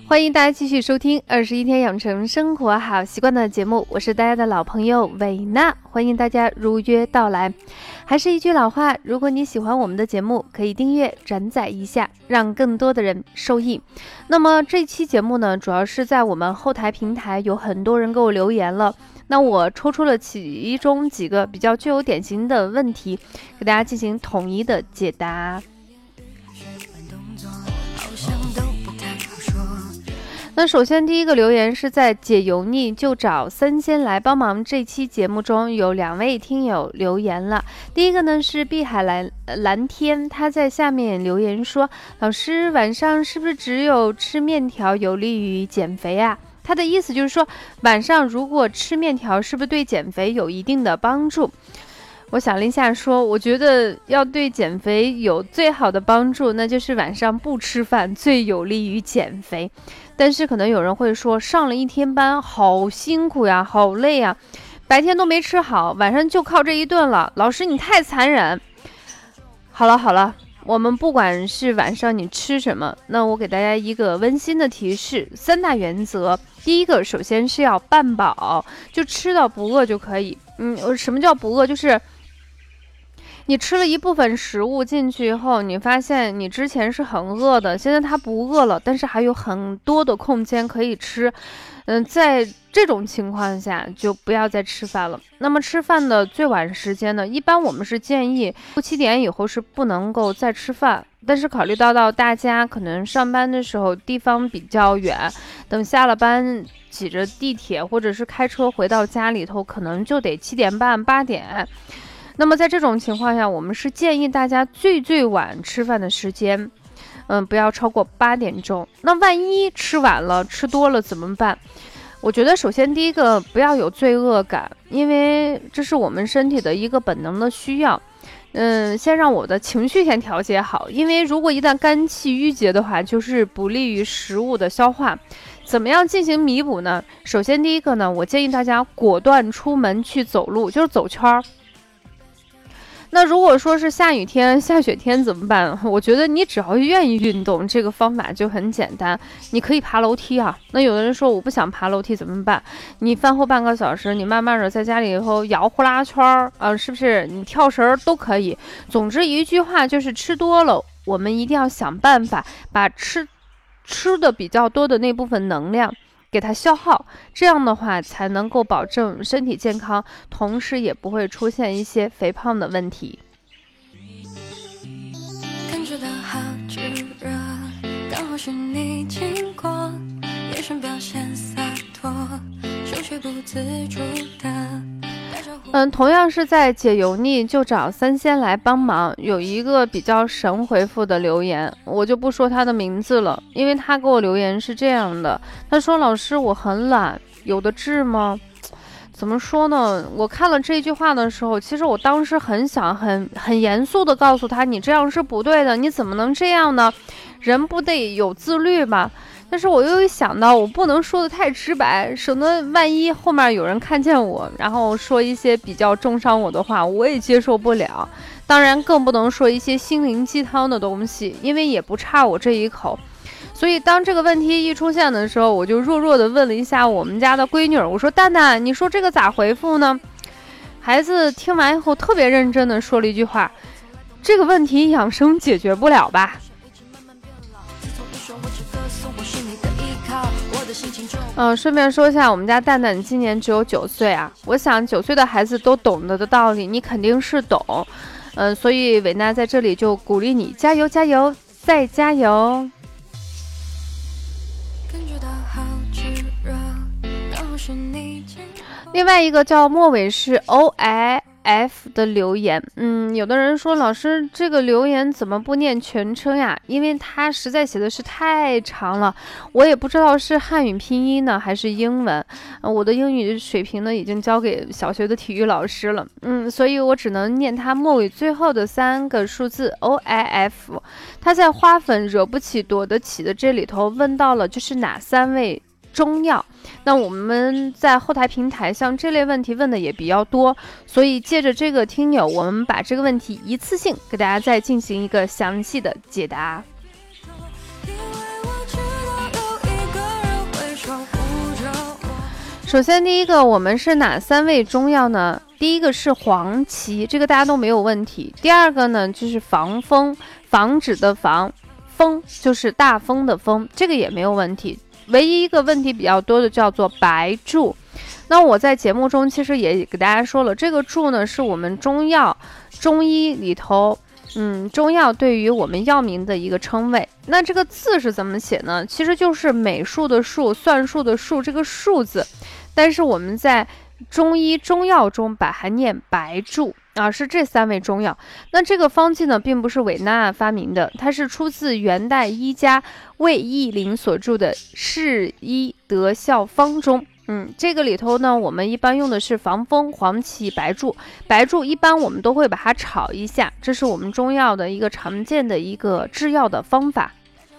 欢迎大家继续收听21天养成生活好习惯的节目，我是大家的老朋友韦娜，欢迎大家如约到来。还是一句老话，如果你喜欢我们的节目，可以订阅转载一下，让更多的人受益。那么这期节目呢，主要是在我们后台平台有很多人给我留言了，那我抽出了其中几个比较具有典型的问题，给大家进行统一的解答。那首先第一个留言是在解油腻就找三仙来帮忙，这期节目中有2位听友留言了。第一个呢是碧海蓝天，他在下面留言说，老师晚上是不是只有吃面条有利于减肥啊？他的意思就是说，晚上如果吃面条是不是对减肥有一定的帮助？我想了一下说，我觉得要对减肥有最好的帮助，那就是晚上不吃饭最有利于减肥。但是可能有人会说，上了一天班好辛苦呀，好累呀，白天都没吃好，晚上就靠这一顿了，老师你太残忍。好了，我们不管是晚上你吃什么，那我给大家一个温馨的提示，3大原则。第一个，首先是要半饱，就吃到不饿就可以。什么叫不饿？就是你吃了一部分食物进去以后，你发现你之前是很饿的，现在它不饿了，但是还有很多的空间可以吃。在这种情况下就不要再吃饭了。那么吃饭的最晚时间呢，一般我们是建议7点以后是不能够再吃饭，但是考虑到大家可能上班的时候地方比较远，等下了班挤着地铁或者是开车回到家里头，可能就得7点半8点。那么在这种情况下，我们是建议大家最晚吃饭的时间不要超过8点钟。那万一吃晚了吃多了怎么办？我觉得首先第一个，不要有罪恶感，因为这是我们身体的一个本能的需要。先让我的情绪先调节好，因为如果一旦肝气郁结的话，就是不利于食物的消化。怎么样进行弥补呢？首先第一个呢，我建议大家果断出门去走路，就是走圈儿。那如果说是下雨天下雪天怎么办？我觉得你只要愿意运动，这个方法就很简单，你可以爬楼梯啊。那有的人说我不想爬楼梯怎么办？你饭后半个小时，你慢慢的在家里以后摇呼啦圈是不是你跳绳都可以。总之一句话就是吃多了，我们一定要想办法把吃的比较多的那部分能量给它消耗，这样的话才能够保证身体健康，同时也不会出现一些肥胖的问题。感觉到好炙热，刚好是你经过，眼神表现洒脱，手却不自主的同样是在解油腻就找三仙来帮忙，有一个比较神回复的留言，我就不说他的名字了，因为他给我留言是这样的，他说老师我很懒，有的治吗？怎么说呢，我看了这句话的时候，其实我当时很严肃的告诉他，你这样是不对的，你怎么能这样呢？人不得有自律吗？但是我又想到我不能说的太直白，省得万一后面有人看见我，然后说一些比较重伤我的话，我也接受不了。当然更不能说一些心灵鸡汤的东西，因为也不差我这一口。所以当这个问题一出现的时候，我就弱的问了一下我们家的闺女，我说蛋蛋，你说这个咋回复呢？孩子听完以后特别认真的说了一句话，这个问题养生解决不了吧。顺便说一下，我们家蛋蛋今年只有9岁啊。我想9岁的孩子都懂得的道理，你肯定是懂。所以伟娜在这里就鼓励你，加油加油再加油。另外一个叫末尾是 OIF 的留言，有的人说老师这个留言怎么不念全称呀？因为他实在写的是太长了，我也不知道是汉语拼音呢还是英文。我的英语水平呢已经交给小学的体育老师了，所以我只能念他末尾最后的3个数字 OIF。他在花粉惹不起躲得起的这里头问到了就是哪3味中药。那我们在后台平台像这类问题问的也比较多，所以借着这个听友，我们把这个问题一次性给大家再进行一个详细的解答。 首先第一个，我们是哪3味中药呢？第一个是黄芪，这个大家都没有问题。第二个呢就是防风，防止的防，风就是大风的风，这个也没有问题。唯一一个问题比较多的叫做白术。那我在节目中其实也给大家说了，这个术呢是我们中医里头中药对于我们药名的一个称谓。那这个字是怎么写呢？其实就是美术的术，算术的术，这个术字，但是我们在中医中药中把它念白术啊，是这3味中药。那这个方剂呢并不是韦纳发明的，它是出自元代医家魏义林所著的《释医德效方》中。这个里头呢，我们一般用的是防风、黄芪、白术。白术一般我们都会把它炒一下，这是我们中药的一个常见的一个制药的方法。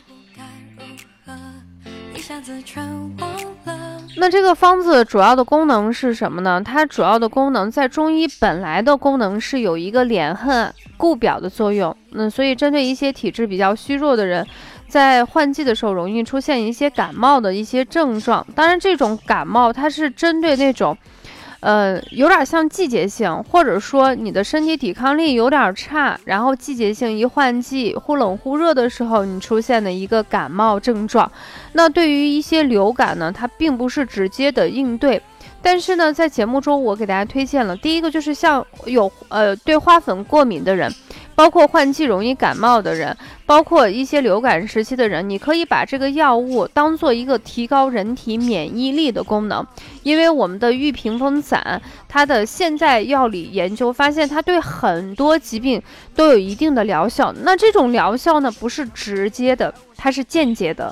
那这个方子主要的功能是什么呢？它主要的功能在中医本来的功能是有一个敛恨固表的作用。所以针对一些体质比较虚弱的人，在换季的时候容易出现一些感冒的一些症状。当然这种感冒它是针对那种有点像季节性，或者说你的身体抵抗力有点差，然后季节性一换季忽冷忽热的时候你出现的一个感冒症状。那对于一些流感呢，它并不是直接的应对，但是呢在节目中我给大家推荐了，第一个就是像有对花粉过敏的人，包括换季容易感冒的人，包括一些流感时期的人，你可以把这个药物当做一个提高人体免疫力的功能。因为我们的玉屏风散，它的现在药理研究发现它对很多疾病都有一定的疗效。那这种疗效呢不是直接的，它是间接的。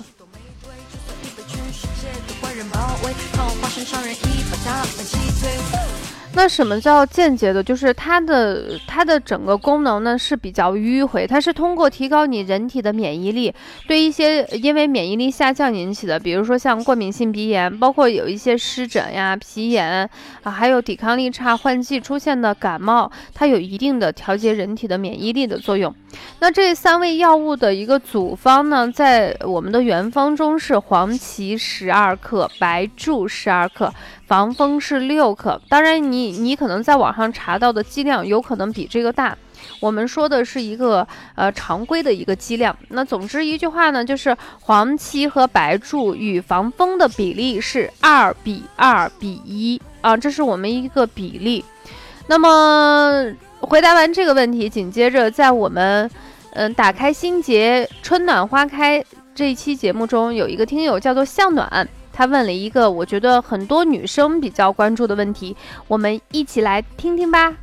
那什么叫间接的？就是它的整个功能呢是比较迂回，它是通过提高你人体的免疫力，对一些因为免疫力下降引起的，比如说像过敏性鼻炎，包括有一些湿疹呀、皮炎还有抵抗力差、换季出现的感冒，它有一定的调节人体的免疫力的作用。那这3味药物的一个组方呢，在我们的原方中是黄芪12克，白术12克，防风是6克。当然你可能在网上查到的剂量有可能比这个大，我们说的是一个常规的一个剂量。那总之一句话呢，就是黄芪和白术与防风的比例是2:2:1啊，这是我们一个比例。那么回答完这个问题，紧接着在我们打开心结春暖花开这一期节目中，有一个听友叫做向暖，他问了一个我觉得很多女生比较关注的问题，我们一起来听听吧。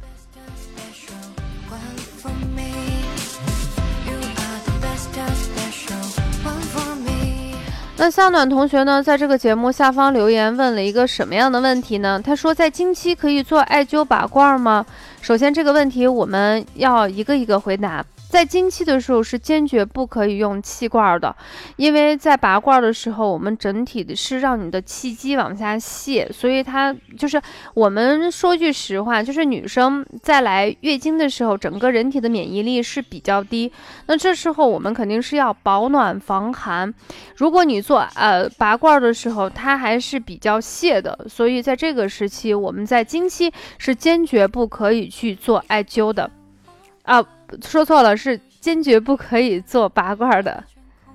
那向暖同学呢，在这个节目下方留言问了一个什么样的问题呢？他说在经期可以做艾灸拔罐吗？首先这个问题我们要一个一个回答。在经期的时候是坚决不可以用气罐的，因为在拔罐的时候我们整体的是让你的气机往下泄，所以它就是我们说句实话，就是女生在来月经的时候整个人体的免疫力是比较低，那这时候我们肯定是要保暖防寒。如果你做拔罐的时候它还是比较泄的，所以在这个时期我们在经期是坚决不可以去做艾灸的说错了，是坚决不可以做拔罐的。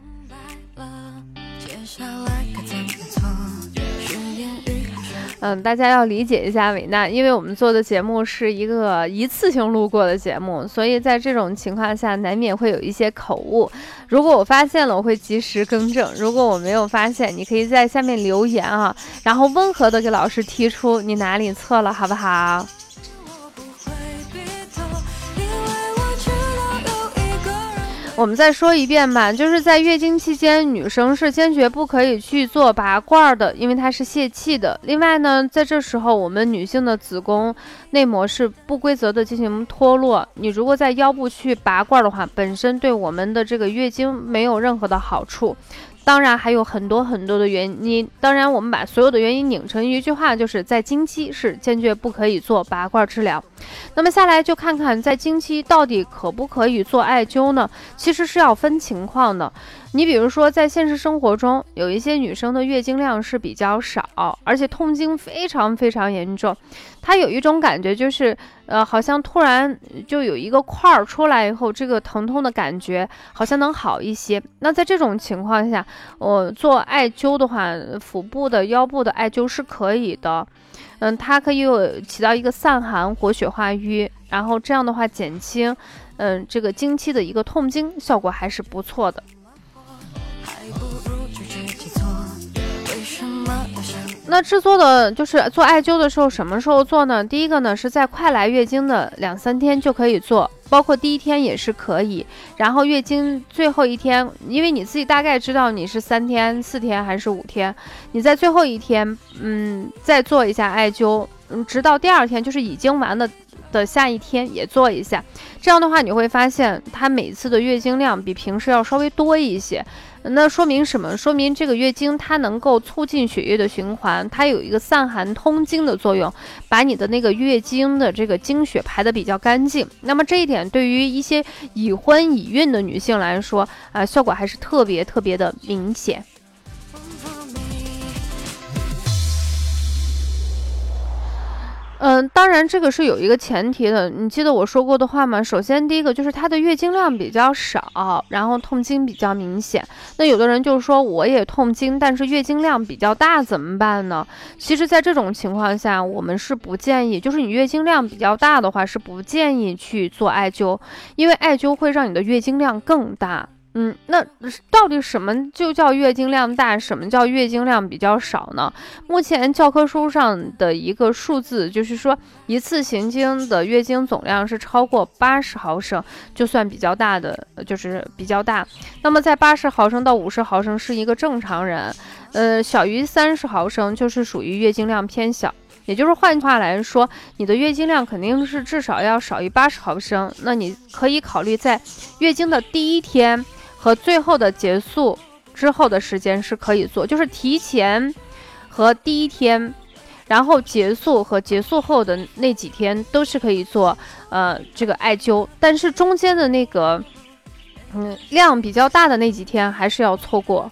大家要理解一下维娜，因为我们做的节目是一个一次性录过的节目，所以在这种情况下难免会有一些口误。如果我发现了，我会及时更正；如果我没有发现，你可以在下面留言然后温和的给老师提出你哪里错了，好不好？我们再说一遍吧，就是在月经期间，女生是坚决不可以去做拔罐的，因为它是泄气的。另外呢，在这时候我们女性的子宫内膜是不规则的进行脱落，你如果在腰部去拔罐的话，本身对我们的这个月经没有任何的好处。当然还有很多很多的原因，当然我们把所有的原因拧成一句话，就是在经期是坚决不可以做拔罐治疗。那么下来就看看在经期到底可不可以做艾灸呢？其实是要分情况的。 你比如说，在现实生活中，有一些女生的月经量是比较少，而且痛经非常非常严重。她有一种感觉，就是好像突然就有一个块儿出来以后，这个疼痛的感觉好像能好一些。那在这种情况下，我做艾灸的话，腹部的、腰部的艾灸是可以的。它可以起到一个散寒、活血化瘀，然后这样的话减轻，这个经期的一个痛经，效果还是不错的。那制作的就是做艾灸的时候，什么时候做呢？第一个呢是在快来月经的2-3天就可以做，包括第1天也是可以。然后月经最后1天，因为你自己大概知道你是3天、4天还是5天，你在最后1天，再做一下艾灸，直到第2天就是已经完的下1天也做一下。这样的话你会发现，它每次的月经量比平时要稍微多一些。那说明什么？说明这个月经它能够促进血液的循环，它有一个散寒通经的作用，把你的那个月经的这个经血排得比较干净。那么这一点对于一些已婚已孕的女性来说，效果还是特别特别的明显。当然这个是有一个前提的，你记得我说过的话吗？首先第一个就是她的月经量比较少，然后痛经比较明显。那有的人就说我也痛经，但是月经量比较大怎么办呢？其实在这种情况下，我们是不建议，就是你月经量比较大的话是不建议去做艾灸，因为艾灸会让你的月经量更大。那到底什么就叫月经量大，什么叫月经量比较少呢？目前教科书上的一个数字就是说，一次行经的月经总量是超过80毫升，就算比较大的，就是比较大。那么在80毫升到50毫升是一个正常人，小于30毫升就是属于月经量偏小。也就是换句话来说，你的月经量肯定是至少要少于80毫升。那你可以考虑在月经的第1天和最后的结束之后的时间是可以做，就是提前和第1天，然后结束和结束后的那几天都是可以做这个艾灸，但是中间的那个量比较大的那几天还是要错过。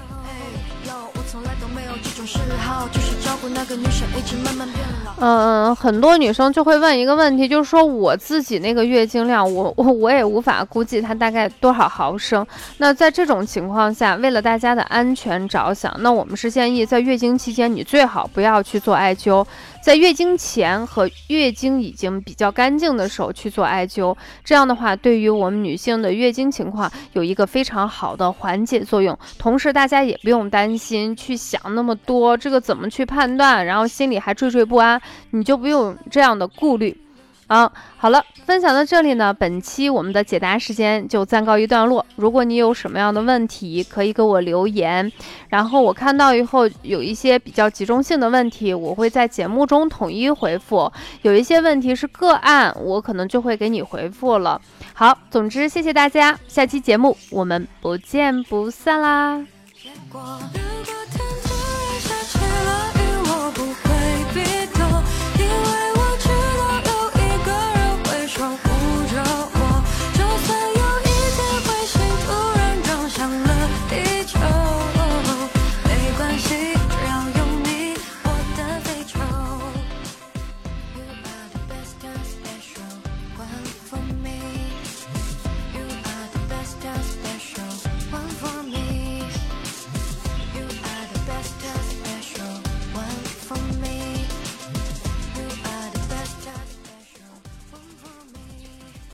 很多女生就会问一个问题，就是说我自己那个月经量，我也无法估计它大概多少毫升。那在这种情况下，为了大家的安全着想，那我们是建议在月经期间你最好不要去做艾灸，在月经前和月经已经比较干净的时候去做艾灸。这样的话，对于我们女性的月经情况有一个非常好的缓解作用。同时大家也不用担心去想那么多，这个怎么去判断，然后心里还惴惴不安，你就不用这样的顾虑。好了，分享到这里呢，本期我们的解答时间就暂告一段落。如果你有什么样的问题，可以给我留言，然后我看到以后有一些比较集中性的问题，我会在节目中统一回复。有一些问题是个案，我可能就会给你回复了。好，总之谢谢大家，下期节目我们不见不散啦。